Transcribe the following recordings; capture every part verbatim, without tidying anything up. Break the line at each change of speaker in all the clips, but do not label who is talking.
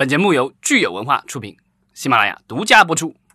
本节目由聚友文化出品，喜马拉雅独家播出。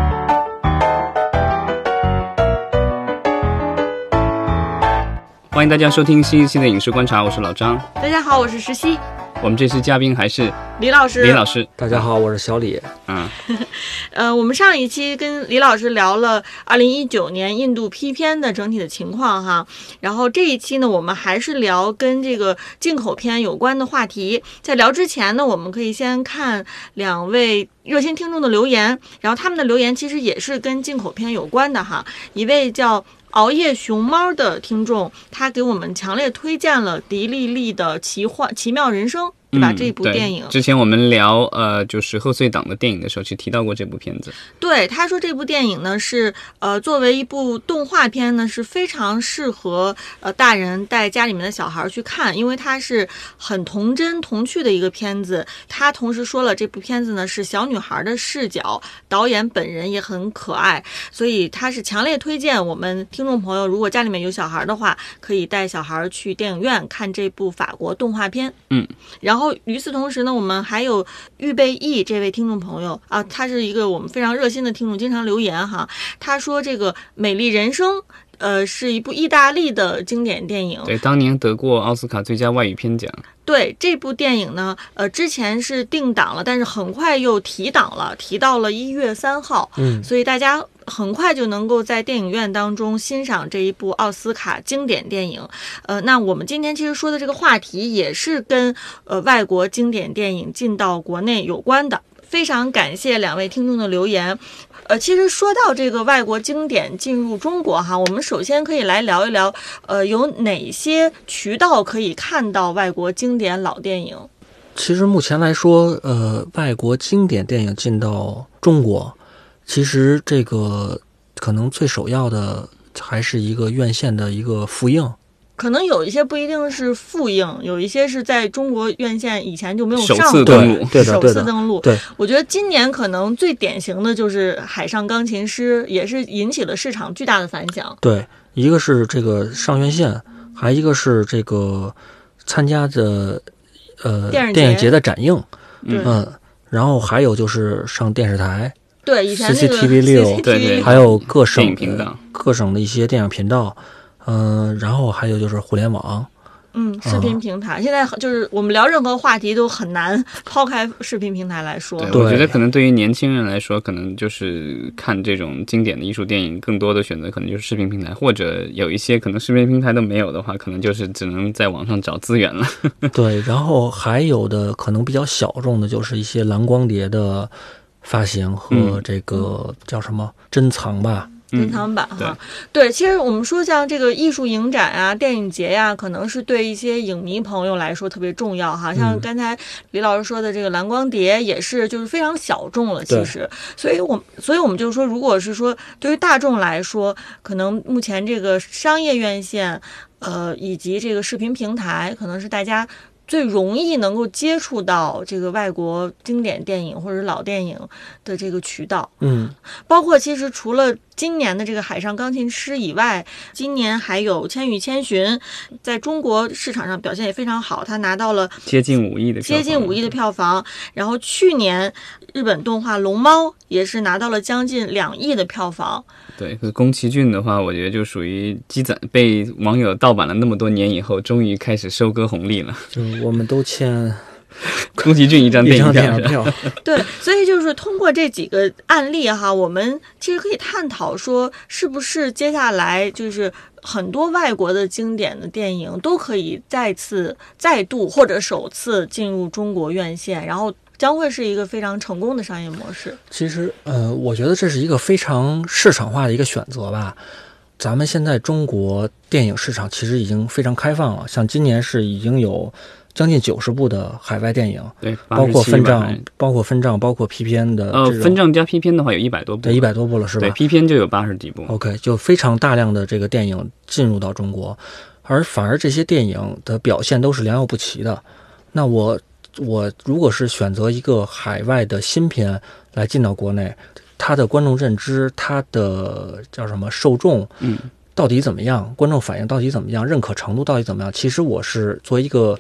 欢迎大家收听新一期的影视观察，我是老张。
大家好，我是石溪。
我们这期嘉宾还是
李老师。
李老师，
大家好，我是小李。
嗯，
呃，我们上一期跟李老师聊了二零一九年印度批片的整体的情况哈，然后这一期呢，我们还是聊跟这个进口片有关的话题。在聊之前呢，我们可以先看两位热心听众的留言，然后他们的留言其实也是跟进口片有关的哈。一位叫熬夜熊猫的听众，他给我们强烈推荐了迪丽丽的奇幻奇妙人生，对吧？嗯、这部电影
之前我们聊呃就是贺岁档的电影的时候，其实提到过这部片子。
对，他说这部电影呢是呃作为一部动画片呢是非常适合呃大人带家里面的小孩去看，因为它是很童真童趣的一个片子。他同时说了，这部片子呢是小女孩的视角，导演本人也很可爱，所以他是强烈推荐我们听众朋友，如果家里面有小孩的话，可以带小孩去电影院看这部法国动画片。
嗯，
然后与此同时呢，我们还有预备役这位听众朋友啊，他是一个我们非常热心的听众，经常留言哈。他说这个《美丽人生》呃是一部意大利的经典电影，
对，当年得过奥斯卡最佳外语片奖。
对，这部电影呢，呃，之前是定档了，但是很快又提档了，提到了一月三号。
嗯，
所以大家很快就能够在电影院当中欣赏这一部奥斯卡经典电影。呃，那我们今天其实说的这个话题也是跟呃外国经典电影进到国内有关的。非常感谢两位听众的留言。呃，其实说到这个外国经典进入中国哈，我们首先可以来聊一聊，呃，有哪些渠道可以看到外国经典老电影？
其实目前来说，呃，外国经典电影进到中国，其实这个可能最首要的还是一个院线的一个复映。
可能有一些不一定是复映，有一些是在中国院线以前就没有上过，
首次登陆，
对的，
首次登陆。
对，
我觉得今年可能最典型的就是《海上钢琴师》，也是引起了市场巨大的反响。
对，一个是这个上院线，还一个是这个参加的呃
电影
电影节的展映，
嗯，
嗯，然后还有就是上电视台，
对，以前那个
C C T V 六，
对对，
还有各省
电影频道，
各省的一些电影频道。嗯、呃，然后还有就是互联网，
嗯，视频平台、嗯、现在就是我们聊任何话题都很难抛开视频平台来说。
对，我觉得可能对于年轻人来说，可能就是看这种经典的艺术电影，更多的选择可能就是视频平台，或者有一些可能视频平台都没有的话，可能就是只能在网上找资源了。
对，然后还有的可能比较小众的，就是一些蓝光碟的发行和这个、嗯、叫什么珍藏吧。
珍藏版哈、
嗯，
对，其实我们说像这个艺术影展啊、电影节呀、啊，可能是对一些影迷朋友来说特别重要哈。像刚才李老师说的这个蓝光碟，也是就是非常小众了，其实。所以我所以我们就是说，如果是说对于大众来说，可能目前这个商业院线，呃，以及这个视频平台，可能是大家最容易能够接触到这个外国经典电影或者老电影的这个渠道。
嗯，
包括其实除了今年的这个《海上钢琴师》以外，今年还有《千与千寻》在中国市场上表现也非常好，它拿到了
接近五亿的
接近五亿的票房。然后去年日本动画《龙猫》也是拿到了将近两亿的票房。
对，宫崎骏的话，我觉得就属于积攒被网友盗版了那么多年以后，终于开始收割红利了。
就我们都欠
宫崎骏一张电影票，
票
对，所以就是通过这几个案例哈，我们其实可以探讨说，是不是接下来就是很多外国的经典的电影都可以再次、再度或者首次进入中国院线，然后将会是一个非常成功的商业模式。
其实，呃，我觉得这是一个非常市场化的一个选择吧。咱们现在中国电影市场其实已经非常开放了，像今年是已经有将近九十部的海外电影，
对，
包括分账，包括分账，包括批片的。
呃，分账加批片的话有一百多部，
对，一百多部了是吧？
对，批片就有八十几部。
OK， 就非常大量的这个电影进入到中国，而反而这些电影的表现都是良莠不齐的。那我我如果是选择一个海外的新片来进到国内，它的观众认知，它的叫什么受众，
嗯，
到底怎么样？观众反应到底怎么样？认可程度到底怎么样？其实我是作为一个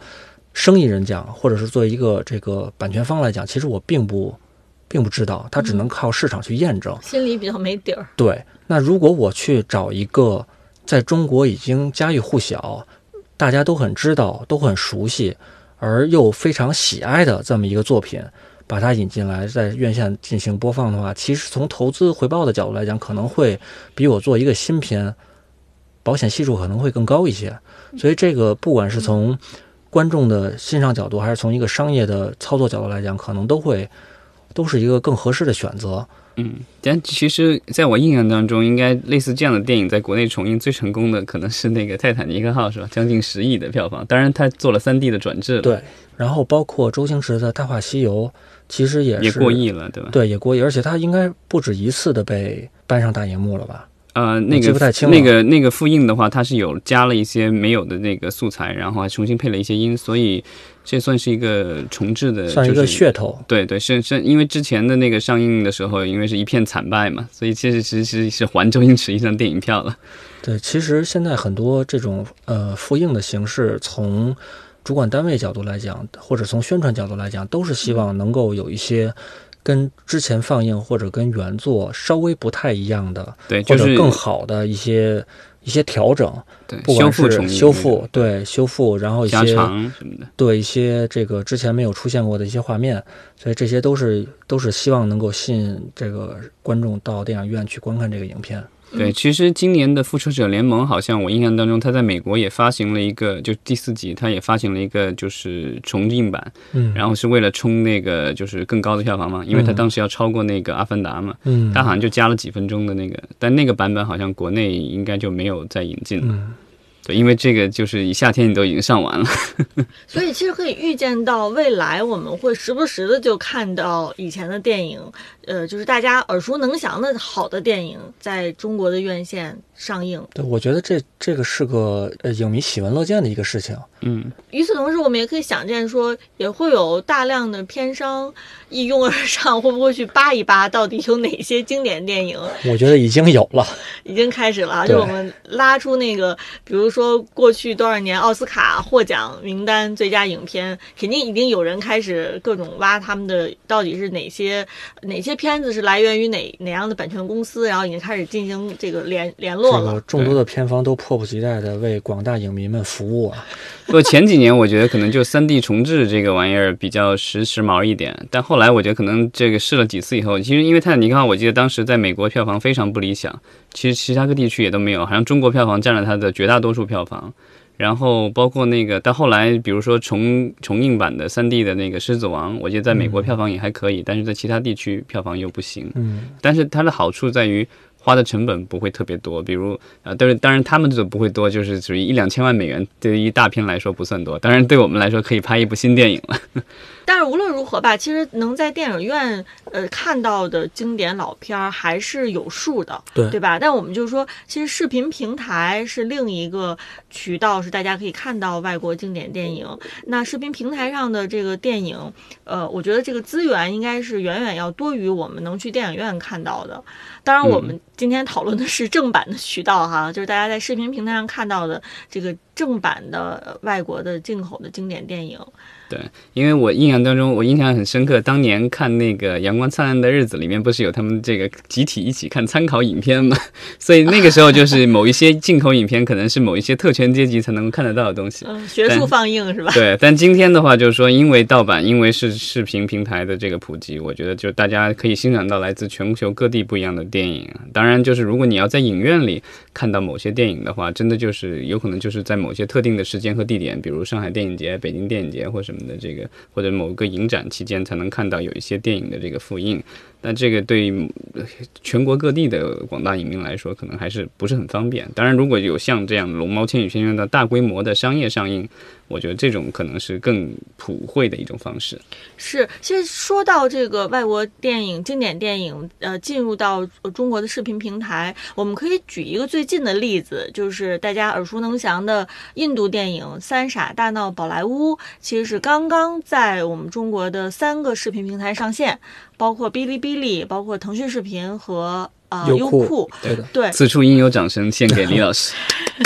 生意人讲，或者是作为一个这个版权方来讲，其实我并不并不知道，他只能靠市场去验证，
嗯、心里比较没底儿。
对，那如果我去找一个在中国已经家喻户晓，大家都很知道、都很熟悉，而又非常喜爱的这么一个作品，把它引进来，在院线进行播放的话，其实从投资回报的角度来讲，可能会比我做一个新片，保险系数可能会更高一些。所以这个不管是从观众的欣赏角度，还是从一个商业的操作角度来讲，可能都会都是一个更合适的选择。
嗯，但其实在我印象当中，应该类似这样的电影在国内重映最成功的可能是那个《泰坦尼克号》，是吧？将近十亿的票房，当然他做了 三 D 的转制了。
对，然后包括周星驰的《大话西游》，其实也是
也过亿了，对吧？
对，也过亿，而且他应该不止一次的被搬上大荧幕了吧？
呃，那个那个那个复印的话，它是有加了一些没有的那个素材，然后还重新配了一些音，所以这算是一个重置的，
算一个噱头。
就是、对对，是是因为之前的那个上映的时候，因为是一片惨败嘛，所以其实其实是还周星驰一张电影票了。
对，其实现在很多这种呃复映的形式，从主管单位角度来讲，或者从宣传角度来讲，都是希望能够有一些跟之前放映或者跟原作稍微不太一样的，
对，就是、
或者更好的一些一些调整，
对，
不管是
修复
修复，对修复，然后一些
加长什么的，
对一些这个之前没有出现过的一些画面，所以这些都是都是希望能够吸引这个观众到电影院去观看这个影片。
对，其实今年的复仇者联盟好像我印象当中，他在美国也发行了一个，就第四集，他也发行了一个就是重映版，
嗯，
然后是为了冲那个就是更高的票房嘛，因为他当时要超过那个阿凡达嘛，嗯，他好像就加了几分钟的那个，但那个版本好像国内应该就没有再引进了。嗯，对，因为这个就是一夏天你都已经上完了，
所以其实可以预见到未来我们会时不时的就看到以前的电影，呃，就是大家耳熟能详的好的电影在中国的院线上映。
对，我觉得这这个是个呃影迷喜闻乐见的一个事情。
嗯，
与此同时，我们也可以想见说，也会有大量的片商一拥而上，会不会去扒一扒到底有哪些经典电影？
我觉得已经有了，
已经开始了啊！就我们拉出那个，比如说过去多少年奥斯卡获奖名单最佳影片，肯定已经有人开始各种挖他们的到底是哪些哪些片子是来源于哪哪样的版权公司，然后已经开始进行这个联联络了。
这个众多的片方都迫不及待的为广大影迷们服务啊！
不过前几年我觉得可能就 三 D 重置这个玩意儿比较时时髦一点，但后来我觉得可能这个试了几次以后，其实因为泰坦尼克号我记得当时在美国票房非常不理想，其实其他各地区也都没有，好像中国票房占了它的绝大多数票房，然后包括那个到后来比如说重重映版的 三 D 的那个狮子王，我记得在美国票房也还可以，嗯，但是在其他地区票房又不行。嗯，但是它的好处在于花的成本不会特别多，比如呃，但是当然他们这种不会多，就是属于一两千万美元，对于大片来说不算多，当然对我们来说可以拍一部新电影了。
但是无论如何吧，其实能在电影院呃看到的经典老片还是有数的，
对
对吧？但我们就是说，其实视频平台是另一个渠道，是大家可以看到外国经典电影。那视频平台上的这个电影，呃，我觉得这个资源应该是远远要多于我们能去电影院看到的。当然，我们今天讨论的是正版的渠道哈，嗯，就是大家在视频平台上看到的这个正版的外国的进口的经典电影。
对，因为我印象当中，我印象很深刻，当年看那个《阳光灿烂的日子》里面，不是有他们这个集体一起看参考影片嘛？所以那个时候就是某一些进口影片，可能是某一些特权阶级才能够看得到的东西。
嗯，学术放映是吧？
对，但今天的话，就是说，因为盗版，因为是视频平台的这个普及，我觉得就大家可以欣赏到来自全球各地不一样的电影。当然，就是如果你要在影院里看到某些电影的话，真的就是有可能就是在某些特定的时间和地点，比如上海电影节、北京电影节或什么的这个，或者某个影展期间才能看到有一些电影的这个复映。但这个对于全国各地的广大影迷来说，可能还是不是很方便。当然，如果有像这样龙猫千与千寻的大规模的商业上映，我觉得这种可能是更普惠的一种方式。
是，其实说到这个外国电影、经典电影，呃，进入到中国的视频平台，我们可以举一个最近的例子，就是大家耳熟能详的印度电影《三傻大闹宝莱坞》，其实是刚刚在我们中国的三个视频平台上线，包括哔哩哔哩，包括腾讯视频和呃优酷。
对的，
对，
此处应有掌声献给李老师。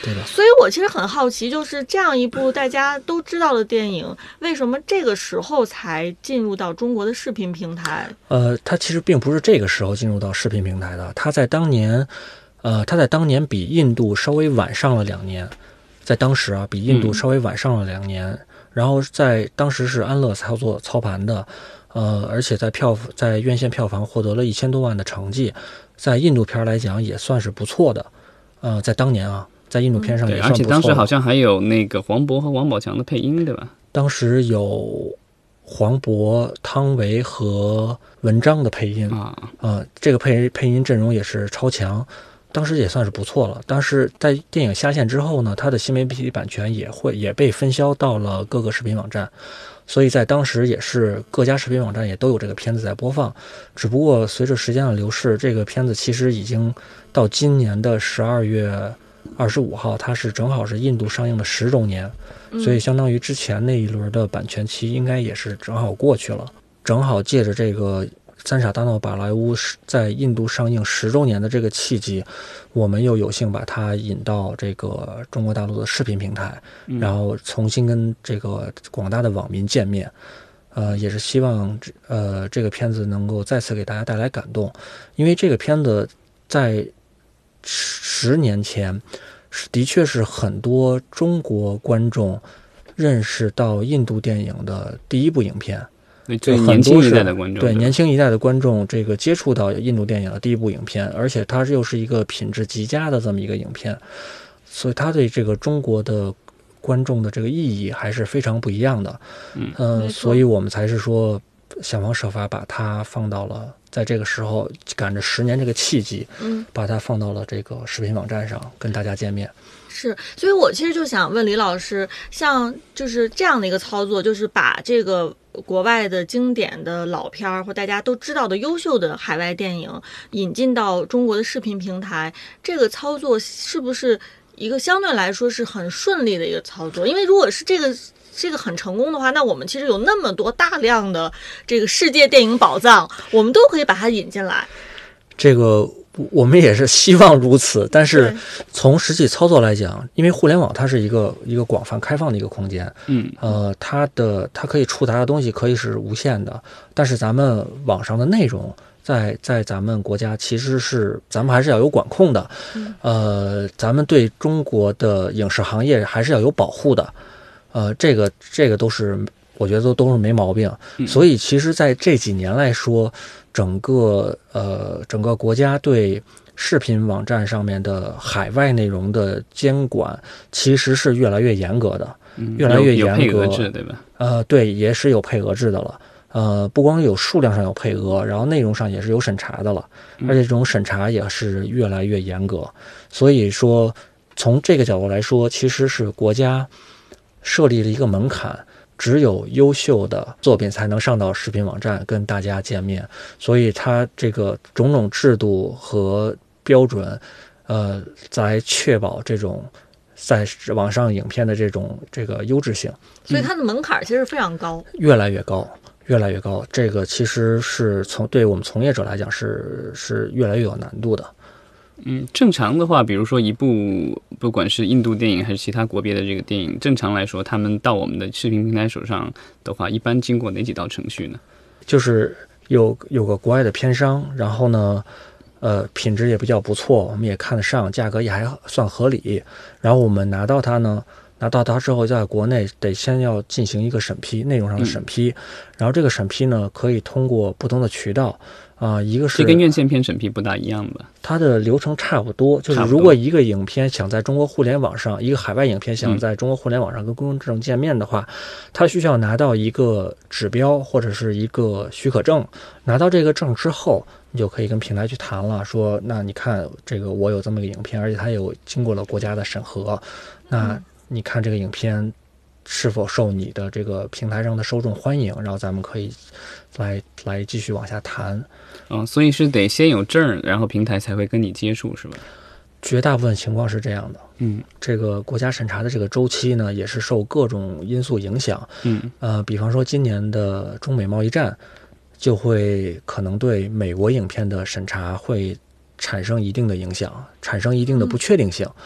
对的。
所以我其实很好奇，就是这样一部大家都知道的电影，为什么这个时候才进入到中国的视频平台？
呃，它其实并不是这个时候进入到视频平台的，它在当年，呃，它在当年比印度稍微晚上了两年，在当时啊，比印度稍微晚上了两年，嗯、然后在当时是安乐操作操盘的，呃，而且在票在院线票房获得了一千多万的成绩，在印度片来讲也算是不错的，呃，在当年啊。在印度片上也算不错、嗯、
而且当时好像还有那个黄渤和王宝强的配音，对吧？
当时有黄渤、汤唯和文章的配音啊、呃，这个配配音阵容也是超强，当时也算是不错了。但是在电影下线之后呢，它的新媒体版权也会也被分销到了各个视频网站，所以在当时也是各家视频网站也都有这个片子在播放。只不过随着时间的流逝，这个片子其实已经到今年的十二月二十五号，它是正好是印度上映的十周年，所以相当于之前那一轮的版权期应该也是正好过去了。正好借着这个《三傻大闹宝莱坞》在印度上映十周年的这个契机，我们又有幸把它引到这个中国大陆的视频平台，然后重新跟这个广大的网民见面。呃，也是希望呃这个片子能够再次给大家带来感动，因为这个片子在十年前的确是很多中国观众认识到印度电影的第一部影片，
对年轻一代的观众，
对年轻一代的观众这个接触到印度电影的第一部影片，而且它又是一个品质极佳的这么一个影片，所以它对这个中国的观众的这个意义还是非常不一样的。嗯、呃，所以我们才是说想方设法把它放到了在这个时候赶着十年这个契机，嗯，把它放到了这个视频网站上跟大家见面。
是，所以我其实就想问李老师，像就是这样的一个操作，就是把这个国外的经典的老片儿或大家都知道的优秀的海外电影引进到中国的视频平台，这个操作是不是一个相对来说是很顺利的一个操作？因为如果是这个这个很成功的话，那我们其实有那么多大量的这个世界电影宝藏，我们都可以把它引进来。
这个我们也是希望如此，但是从实际操作来讲，因为互联网它是一个一个广泛开放的一个空间，嗯，呃，它的它可以触达的东西可以是无限的，但是咱们网上的内容在在咱们国家其实是咱们还是要有管控的，呃，咱们对中国的影视行业还是要有保护的，呃，这个这个都是我觉得都都是没毛病，所以其实在这几年来说，整个呃整个国家对视频网站上面的海外内容的监管其实是越来越严格的，嗯、越来越严格，
有配额制对吧？
呃，对，也是有配额制的了。呃，不光有数量上有配额，然后内容上也是有审查的了，而且这种审查也是越来越严格。所以说，从这个角度来说，其实是国家设立了一个门槛。只有优秀的作品才能上到视频网站跟大家见面，所以它这个种种制度和标准，呃，来确保这种在网上影片的这种这个优质性。
所以它的门槛其实非常高，
嗯、越来越高，越来越高。这个其实是从对我们从业者来讲是是越来越有难度的。
嗯，正常的话，比如说一部不管是印度电影还是其他国别的这个电影，正常来说，他们到我们的视频平台手上的话，一般经过哪几道程序呢？
就是有有个国外的片商，然后呢，呃，品质也比较不错，我们也看得上，价格也还算合理，然后我们拿到它呢。拿到它之后，在国内得先要进行一个审批，内容上的审批，嗯、然后这个审批呢，可以通过不同的渠道啊、呃，一个是
这跟院线片审批不大一样吧？
它的流程差不多，就是如果一个影片想在中国互联网上，一个海外影片想在中国互联网上跟公众见面的话，嗯、它需要拿到一个指标或者是一个许可证，拿到这个证之后，你就可以跟平台去谈了，说那你看这个我有这么一个影片，而且它有经过了国家的审核，那。嗯你看这个影片是否受你的这个平台上的受众欢迎，然后咱们可以来来继续往下谈。
嗯，所以是得先有证，然后平台才会跟你接触，是吧？
绝大部分情况是这样的。嗯，这个国家审查的这个周期呢，也是受各种因素影响。嗯，呃，比方说今年的中美贸易战，就会可能对美国影片的审查会产生一定的影响，产生一定的不确定性。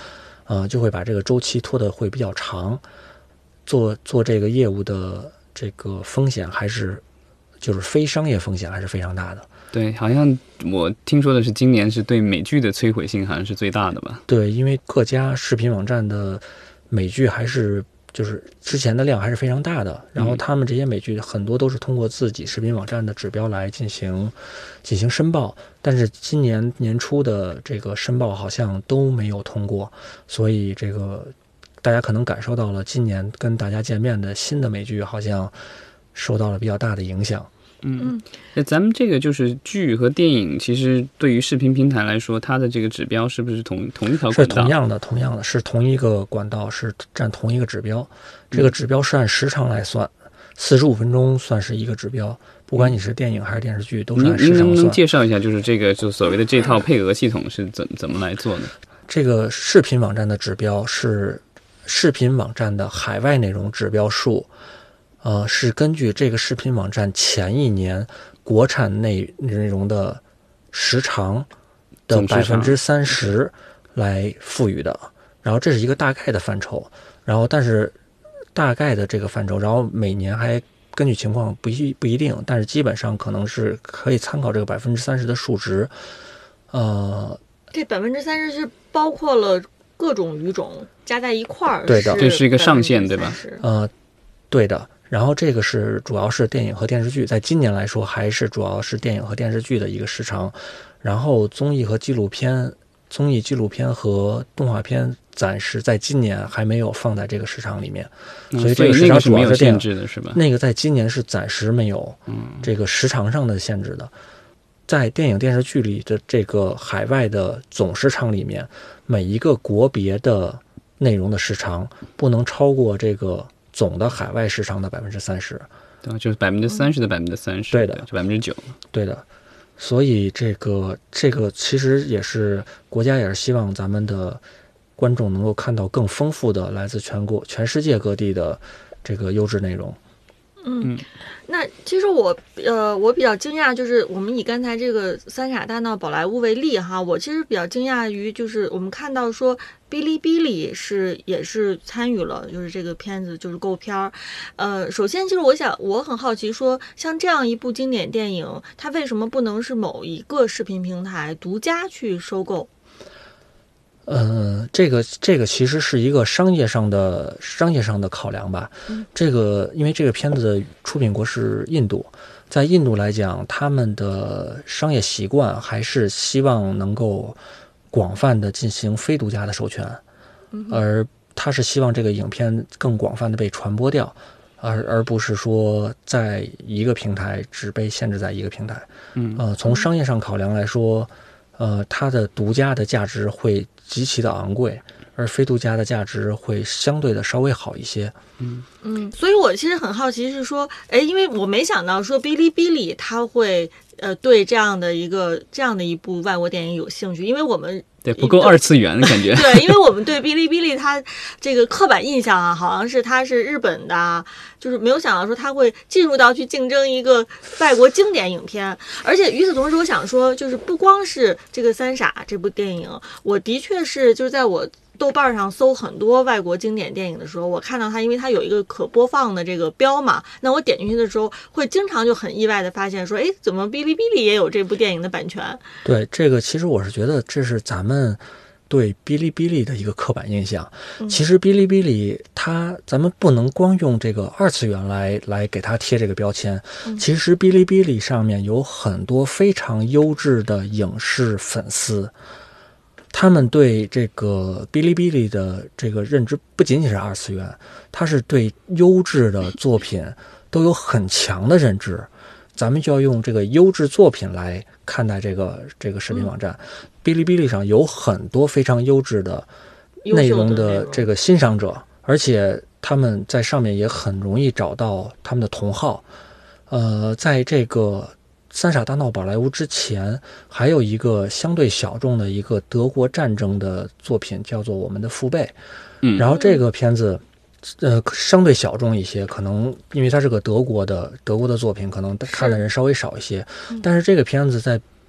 呃，就会把这个周期拖得会比较长，做做这个业务的这个风险还是就是非商业风险还是非常大的。
对，好像我听说的是今年是对美剧的摧毁性好像是最大的吧？
对，因为各家视频网站的美剧还是就是之前的量还是非常大的，然后他们这些美剧很多都是通过自己视频网站的指标来进行进行申报，但是今年年初的这个申报好像都没有通过，所以这个大家可能感受到了今年跟大家见面的新的美剧好像受到了比较大的影响。
嗯，那咱们这个就是剧和电影，其实对于视频平台来说，它的这个指标是不是同同一条管道？
是同样的，同样的是同一个管道，是占同一个指标。这个指标是按时长来算，四十五分钟算是一个指标，不管你是电影还是电视剧，都是按时长算。
您能不能介绍一下，就是这个就所谓的这套配额系统是怎怎么来做的？
这个视频网站的指标是视频网站的海外内容指标数。呃，是根据这个视频网站前一年国产内内容的时长的百分之三十来赋予的。然后这是一个大概的范畴，然后但是大概的这个范畴，然后每年还根据情况不一不一定，但是基本上可能是可以参考这个百分之三十的数值。呃，
这百分之三十是包括了各种语种加在一块儿，
对的，
这是一个上限，对吧？
呃，对的。然后这个是主要是电影和电视剧，在今年来说还是主要是电影和电视剧的一个时长，然后综艺和纪录片、综艺纪录片和动画片暂时在今年还没有放在这个时长里面，
嗯、
所以这个时长主要
是
电影
制的是吧？
那个在今年是暂时没有这个时长上的限制的。在电影电视剧里的这个海外的总时长里面，每一个国别的内容的时长不能超过这个总的海外时长的百分之三十，
对，就是百分之三十的百分之三十，
对的，
就百分之九，
对的。所以这个这个其实也是国家也是希望咱们的观众能够看到更丰富的来自全国全世界各地的这个优质内容。
嗯，那其实我呃我比较惊讶，就是我们以刚才这个三傻大闹宝莱坞为例哈，我其实比较惊讶于就是我们看到说哔哩哔哩是也是参与了，就是这个片子就是购片儿。呃，首先其实我想我很好奇说，像这样一部经典电影，它为什么不能是某一个视频平台独家去收购？
嗯、呃，这个这个其实是一个商业上的商业上的考量吧。
嗯、
这个因为这个片子的出品国是印度，在印度来讲，他们的商业习惯还是希望能够广泛的进行非独家的授权，
嗯、
而他是希望这个影片更广泛的被传播掉，而而不是说在一个平台只被限制在一个平台。
嗯，
呃，从商业上考量来说，呃，它的独家的价值会极其的昂贵，而非独家的价值会相对的稍微好一些。
嗯
嗯，所以我其实很好奇是说，哎，因为我没想到说哔哩哔哩它会呃对这样的一个这样的一部外国电影有兴趣，因为我们
对不够二次元的感觉。
对，因为我们对哔哩哔哩它这个刻板印象啊，好像是它是日本的，就是没有想到说它会进入到去竞争一个外国经典影片。而且与此同时，我想说，就是不光是这个《三傻》这部电影，我的确是就是在我豆瓣上搜很多外国经典电影的时候，我看到它，因为它有一个可播放的这个标嘛，那我点进去的时候，会经常就很意外的发现说，哎，怎么哔哩哔哩也有这部电影的版权？
对，这个其实我是觉得这是咱们对哔哩哔哩的一个刻板印象。
嗯、
其实哔哩哔哩它，咱们不能光用这个二次元来来给它贴这个标签。
嗯、
其实哔哩哔哩上面有很多非常优质的影视粉丝。他们对这个哔哩哔哩的这个认知不仅仅是二次元，他是对优质的作品都有很强的认知。咱们就要用这个优质作品来看待这个这个视频网站。哔哩哔哩上有很多非常优质的内容的这个欣赏者，而且他们在上面也很容易找到他们的同好。呃，在这个三傻大闹宝莱坞之前，还有一个相对小众的一个德国战争的作品，叫做《我们的父辈》。
嗯，
然后这个片子，呃，相对小众一些，可能因为它是个德国的德国的作品，可能看的人稍微少一些。但是这个片子在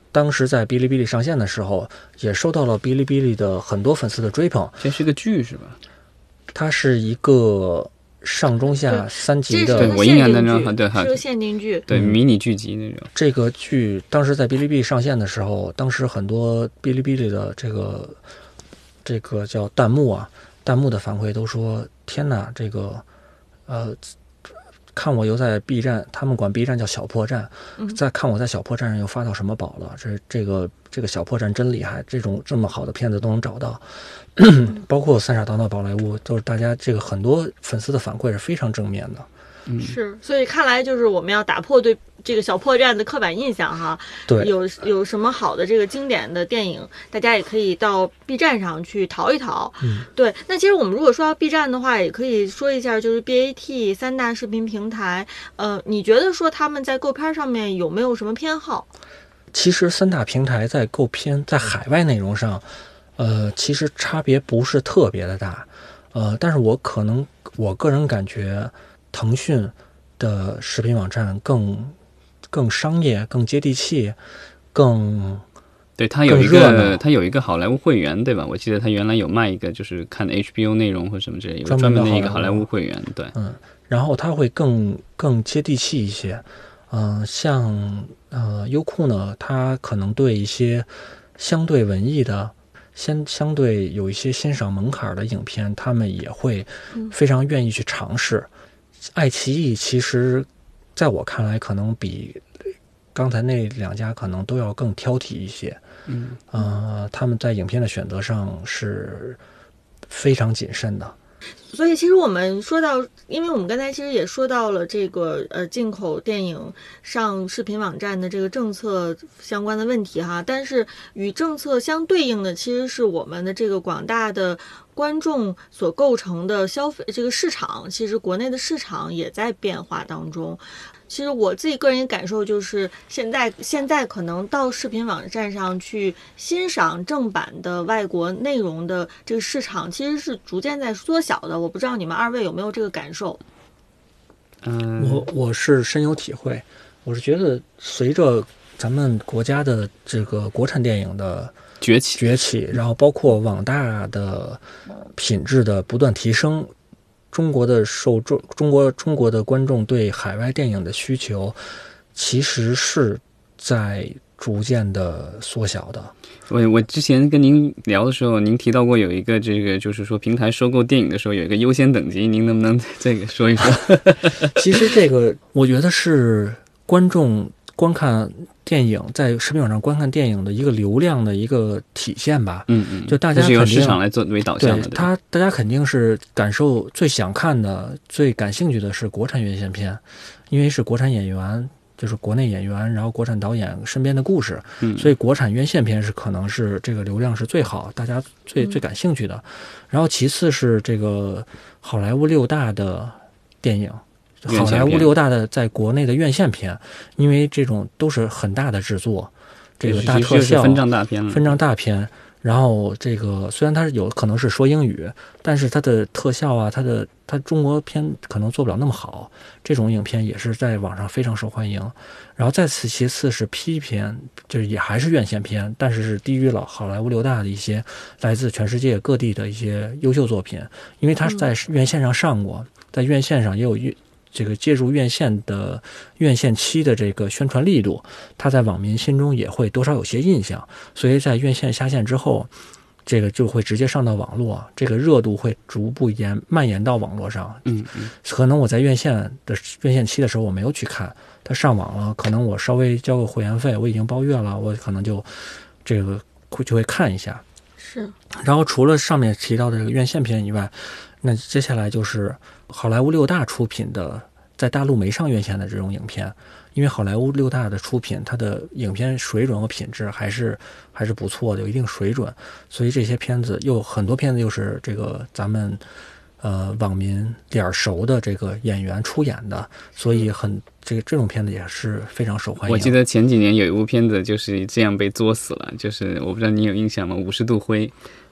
当时在哔哩哔哩上线的时候，也受到了哔哩哔哩的很多粉丝的追捧。
这是个剧是吧？
它是一个上中下三集的，
对我印象当中，对，
是个限定剧，
对，迷你剧集那种。
这个剧当时在哔哩哔哩上线的时候，当时很多哔哩哔哩的这个这个叫弹幕啊，弹幕的反馈都说：天哪，这个呃。看我又在 B 站，他们管 B 站叫小破站，再看我在小破站上又发到什么宝了，这这个这个小破站真厉害，这种这么好的片子都能找到，包括三傻大闹宝莱坞，都是大家这个很多粉丝的反馈是非常正面的。
嗯，是，所以看来就是我们要打破对这个小破站的刻板印象哈。
对，
有有什么好的这个经典的电影，大家也可以到 B 站上去淘一淘。
嗯，
对。那其实我们如果说到 B 站的话，也可以说一下，就是 B A T 三大视频平台，呃，你觉得说他们在购片上面有没有什么偏好？
其实三大平台在购片在海外内容上，呃，其实差别不是特别的大，呃，但是我可能我个人感觉。腾讯的视频网站更更商业、更接地气、更
对，它有一个它有一个好莱坞会员，对吧？我记得它原来有卖一个，就是看 H B O 内容或什么之类，有专门的一个好莱坞会员，对，
嗯，然后它会更更接地气一些，嗯、呃，像呃优酷呢，它可能对一些相对文艺的。相相对有一些欣赏门槛的影片，他们也会非常愿意去尝试。嗯爱奇艺其实在我看来可能比刚才那两家可能都要更挑剔一些，
嗯，
呃，他们在影片的选择上是非常谨慎的。
所以其实我们说到，因为我们刚才其实也说到了这个呃进口电影上视频网站的这个政策相关的问题哈，但是与政策相对应的其实是我们的这个广大的观众所构成的消费这个市场，其实国内的市场也在变化当中。其实我自己个人感受就是，现在现在可能到视频网站上去欣赏正版的外国内容的这个市场，其实是逐渐在缩小的。我不知道你们二位有没有这个感受？
嗯，
我我是深有体会。我是觉得随着咱们国家的这个国产电影的
崛起
崛起，然后包括网大的品质的不断提升。中国的受众，中国中国的观众对海外电影的需求，其实是在逐渐的缩小的。
我我之前跟您聊的时候，您提到过有一个这个，就是说平台收购电影的时候有一个优先等级，您能不能这个说一说？
其实这个我觉得是观众观看电影在视频网上观看电影的一个流量的一个体现吧。
嗯嗯，
就大家
是由市场来做为导向的。
对，他大家肯定是感受最想看的、最感兴趣的是国产院线片，因为是国产演员，就是国内演员，然后国产导演身边的故事，
嗯，
所以国产院线片是可能是这个流量是最好，大家最最感兴趣的。然后其次是这个好莱坞六大的电影。好莱坞六大的在国内的院线片，因为这种都是很大的制作，这个大特效、
分账大片了，
分账大片。然后这个虽然它有可能是说英语，但是它的特效啊，它的它中国片可能做不了那么好。这种影片也是在网上非常受欢迎。然后再次其次是 P 片，就是也还是院线片，但是是低于了好莱坞六大的一些来自全世界各地的一些优秀作品，因为它是在院线上上过，在院线上也有这个借助院线的院线期的这个宣传力度，它在网民心中也会多少有些印象，所以在院线下线之后，这个就会直接上到网络，这个热度会逐步延蔓延到网络上。
嗯嗯，
可能我在院线的院线期的时候我没有去看，它上网了，可能我稍微交个会员费，我已经包月了，我可能就这个就会看一下。
是。
然后除了上面提到的这个院线片以外，那接下来就是好莱坞六大出品的在大陆没上院线的这种影片，因为好莱坞六大的出品，它的影片水准和品质还是还是不错的，有一定水准，所以这些片子又很多片子又是这个咱们呃网民脸熟的这个演员出演的，所以很这个这种片子也是非常受欢迎。
我记得前几年有一部片子就是这样被作死了，就是我不知道你有印象吗？五十度灰。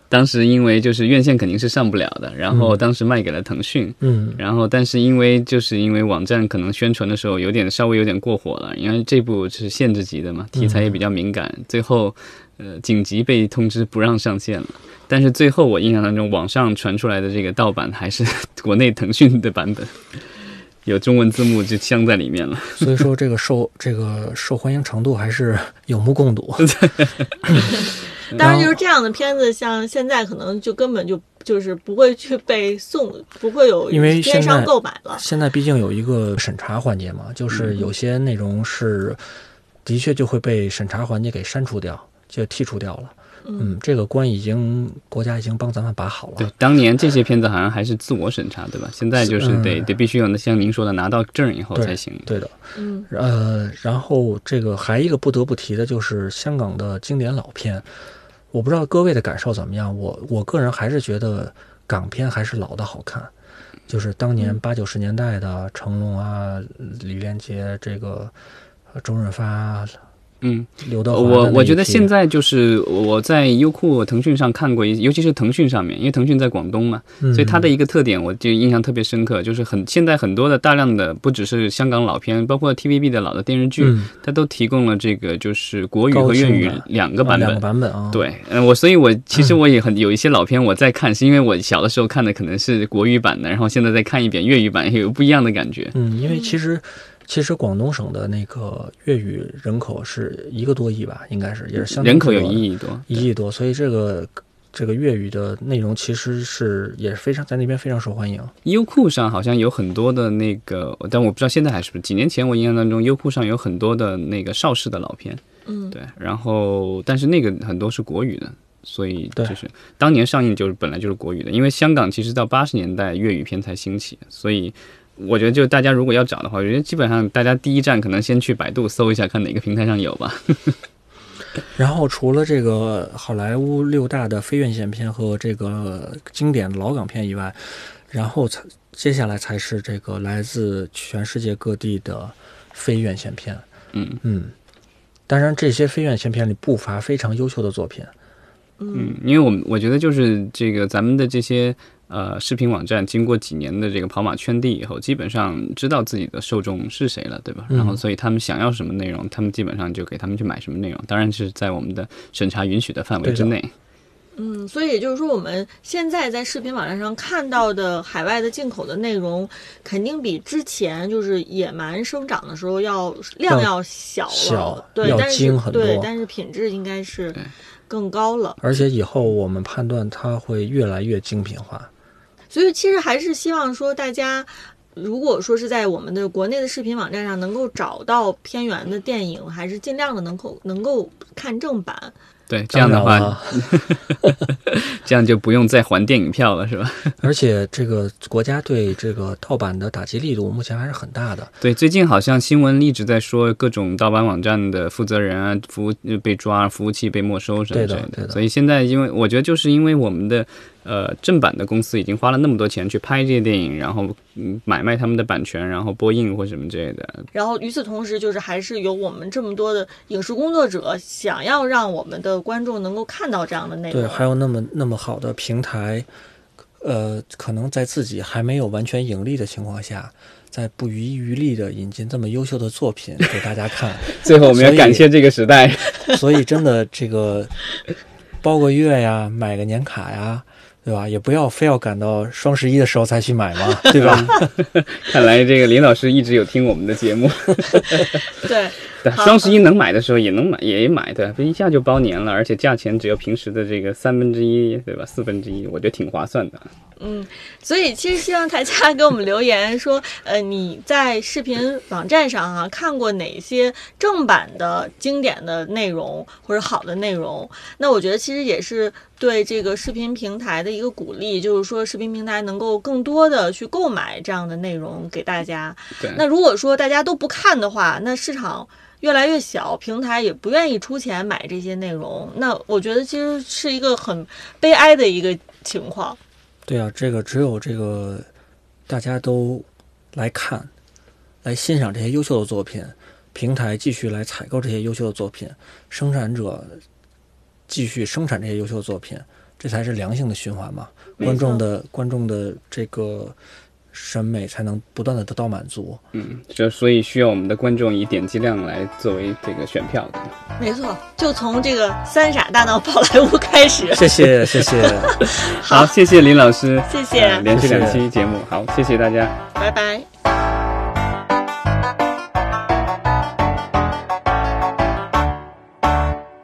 当时因为就是院线肯定是上不了的，然后当时卖给了腾讯，
嗯，
然后但是因为就是因为网站可能宣传的时候有点稍微有点过火了，因为这部是限制级的嘛，题材也比较敏感，嗯、最后呃紧急被通知不让上线了。但是最后我印象当中，网上传出来的这个盗版还是国内腾讯的版本。有中文字幕就镶在里面了，
所以说这个受这个受欢迎程度还是有目共睹。
当然，就是这样的片子，像现在可能就根本就就是不会去被送，不会有
因为
电商购买了。
现在毕竟有一个审查环节嘛，就是有些内容是的确就会被审查环节给删除掉，就剔除掉了。嗯，这个关已经国家已经帮咱们把好了。
对，当年这些片子好像还是自我审查，对吧？现在就是得、嗯、得必须有像您说的拿到证以后才行。
对, 对的，
嗯
呃，然后这个还一个不得不提的就是香港的经典老片，我不知道各位的感受怎么样，我我个人还是觉得港片还是老的好看，就是当年八九十年代的成龙啊、李连杰、这个周润发。
嗯，
刘德华
我我觉得现在就是我在优酷、腾讯上看过一，尤其是腾讯上面，因为腾讯在广东嘛，
嗯、
所以它的一个特点我就印象特别深刻，就是很现在很多的大量的不只是香港老片，包括 T V B 的老的电视剧，
嗯、
它都提供了这个就是国语和粤语两个版本，
两个版本啊。
对，嗯，我所以，我其实我也很有一些老片我在看，是因为我小的时候看的可能是国语版的，然后现在再看一遍粤语版，也有不一样的感觉。
嗯，因为其实。其实广东省的那个粤语人口是一个多亿吧，应该是也是相当
人口有一亿多，
一亿多，所以这个这个粤语的内容其实是也是非常在那边非常受欢迎。
优酷上好像有很多的那个，但我不知道现在还是不是。几年前我印象当中，优酷上有很多的那个邵氏的老片，
嗯，
对，然后但是那个很多是国语的。所以就是当年上映就是本来就是国语的，因为香港其实到八十年代粤语片才兴起，所以我觉得就大家如果要找的话，我觉得基本上大家第一站可能先去百度搜一下，看哪个平台上有吧。
然后除了这个好莱坞六大的非院线片和这个经典的老港片以外，然后才接下来才是这个来自全世界各地的非院线片。
嗯
嗯，当然这些非院线片里不乏非常优秀的作品。
嗯，因为我我觉得就是这个咱们的这些呃视频网站，经过几年的这个跑马圈地以后，基本上知道自己的受众是谁了，对吧？然后所以他们想要什么内容，他们基本上就给他们去买什么内容，当然是在我们的审查允许的范围之内。
嗯，所以也就是说，我们现在在视频网站上看到的海外的进口的内容，肯定比之前就是野蛮生长的时候要量要小了，
小
对，
要
但是
精很多，
对，但是品质应该是更高了。
而且以后我们判断它会越来越精品化。
所以其实还是希望说大家。如果说是在我们的国内的视频网站上能够找到片源的电影，还是尽量的能够能够看正版。
对，这样的话，这样就不用再还电影票了，是吧？
而且这个国家对这个盗版的打击力度目前还是很大的。
对，最近好像新闻一直在说各种盗版网站的负责人啊，服务被抓，服务器被没收什么之类的。
对的，
所以现在，因为我觉得就是因为我们的。呃，正版的公司已经花了那么多钱去拍这些电影，然后嗯买卖他们的版权，然后播映或什么之类的。
然后与此同时，就是还是有我们这么多的影视工作者想要让我们的观众能够看到这样的内容。
对，还有那么那么好的平台，呃，可能在自己还没有完全盈利的情况下，在不遗余力的引进这么优秀的作品给大家看。
最后我们要感谢这个时代。
所以, 所以真的这个包个月呀，买个年卡呀。对吧？也不要非要赶到双十一的时候才去买嘛，对吧？
看来这个林老师一直有听我们的节目。
对，
双十一能买的时候也能买，也买，对吧？一下就包年了，而且价钱只有平时的这个三分之一，对吧？四分之一，我觉得挺划算的。
嗯，所以其实希望大家给我们留言说，呃，你在视频网站上啊看过哪些正版的经典的内容或者好的内容？那我觉得其实也是对这个视频平台的一个鼓励，就是说视频平台能够更多的去购买这样的内容给大家。
对。
那如果说大家都不看的话，那市场越来越小，平台也不愿意出钱买这些内容，那我觉得其实是一个很悲哀的一个情况。
对啊，这个只有这个大家都来看来欣赏这些优秀的作品，平台继续来采购这些优秀的作品，生产者继续生产这些优秀的作品， 这才是良性的循环嘛。观众的观众的这个审美才能不断的得到满足。
嗯，就所以需要我们的观众以点击量来作为这个选票的。
没错，就从这个三傻大闹宝莱坞开始。
谢谢谢谢，
好，谢谢林老师，
谢谢、
呃，连续两期节目，好，谢谢大家，
拜拜。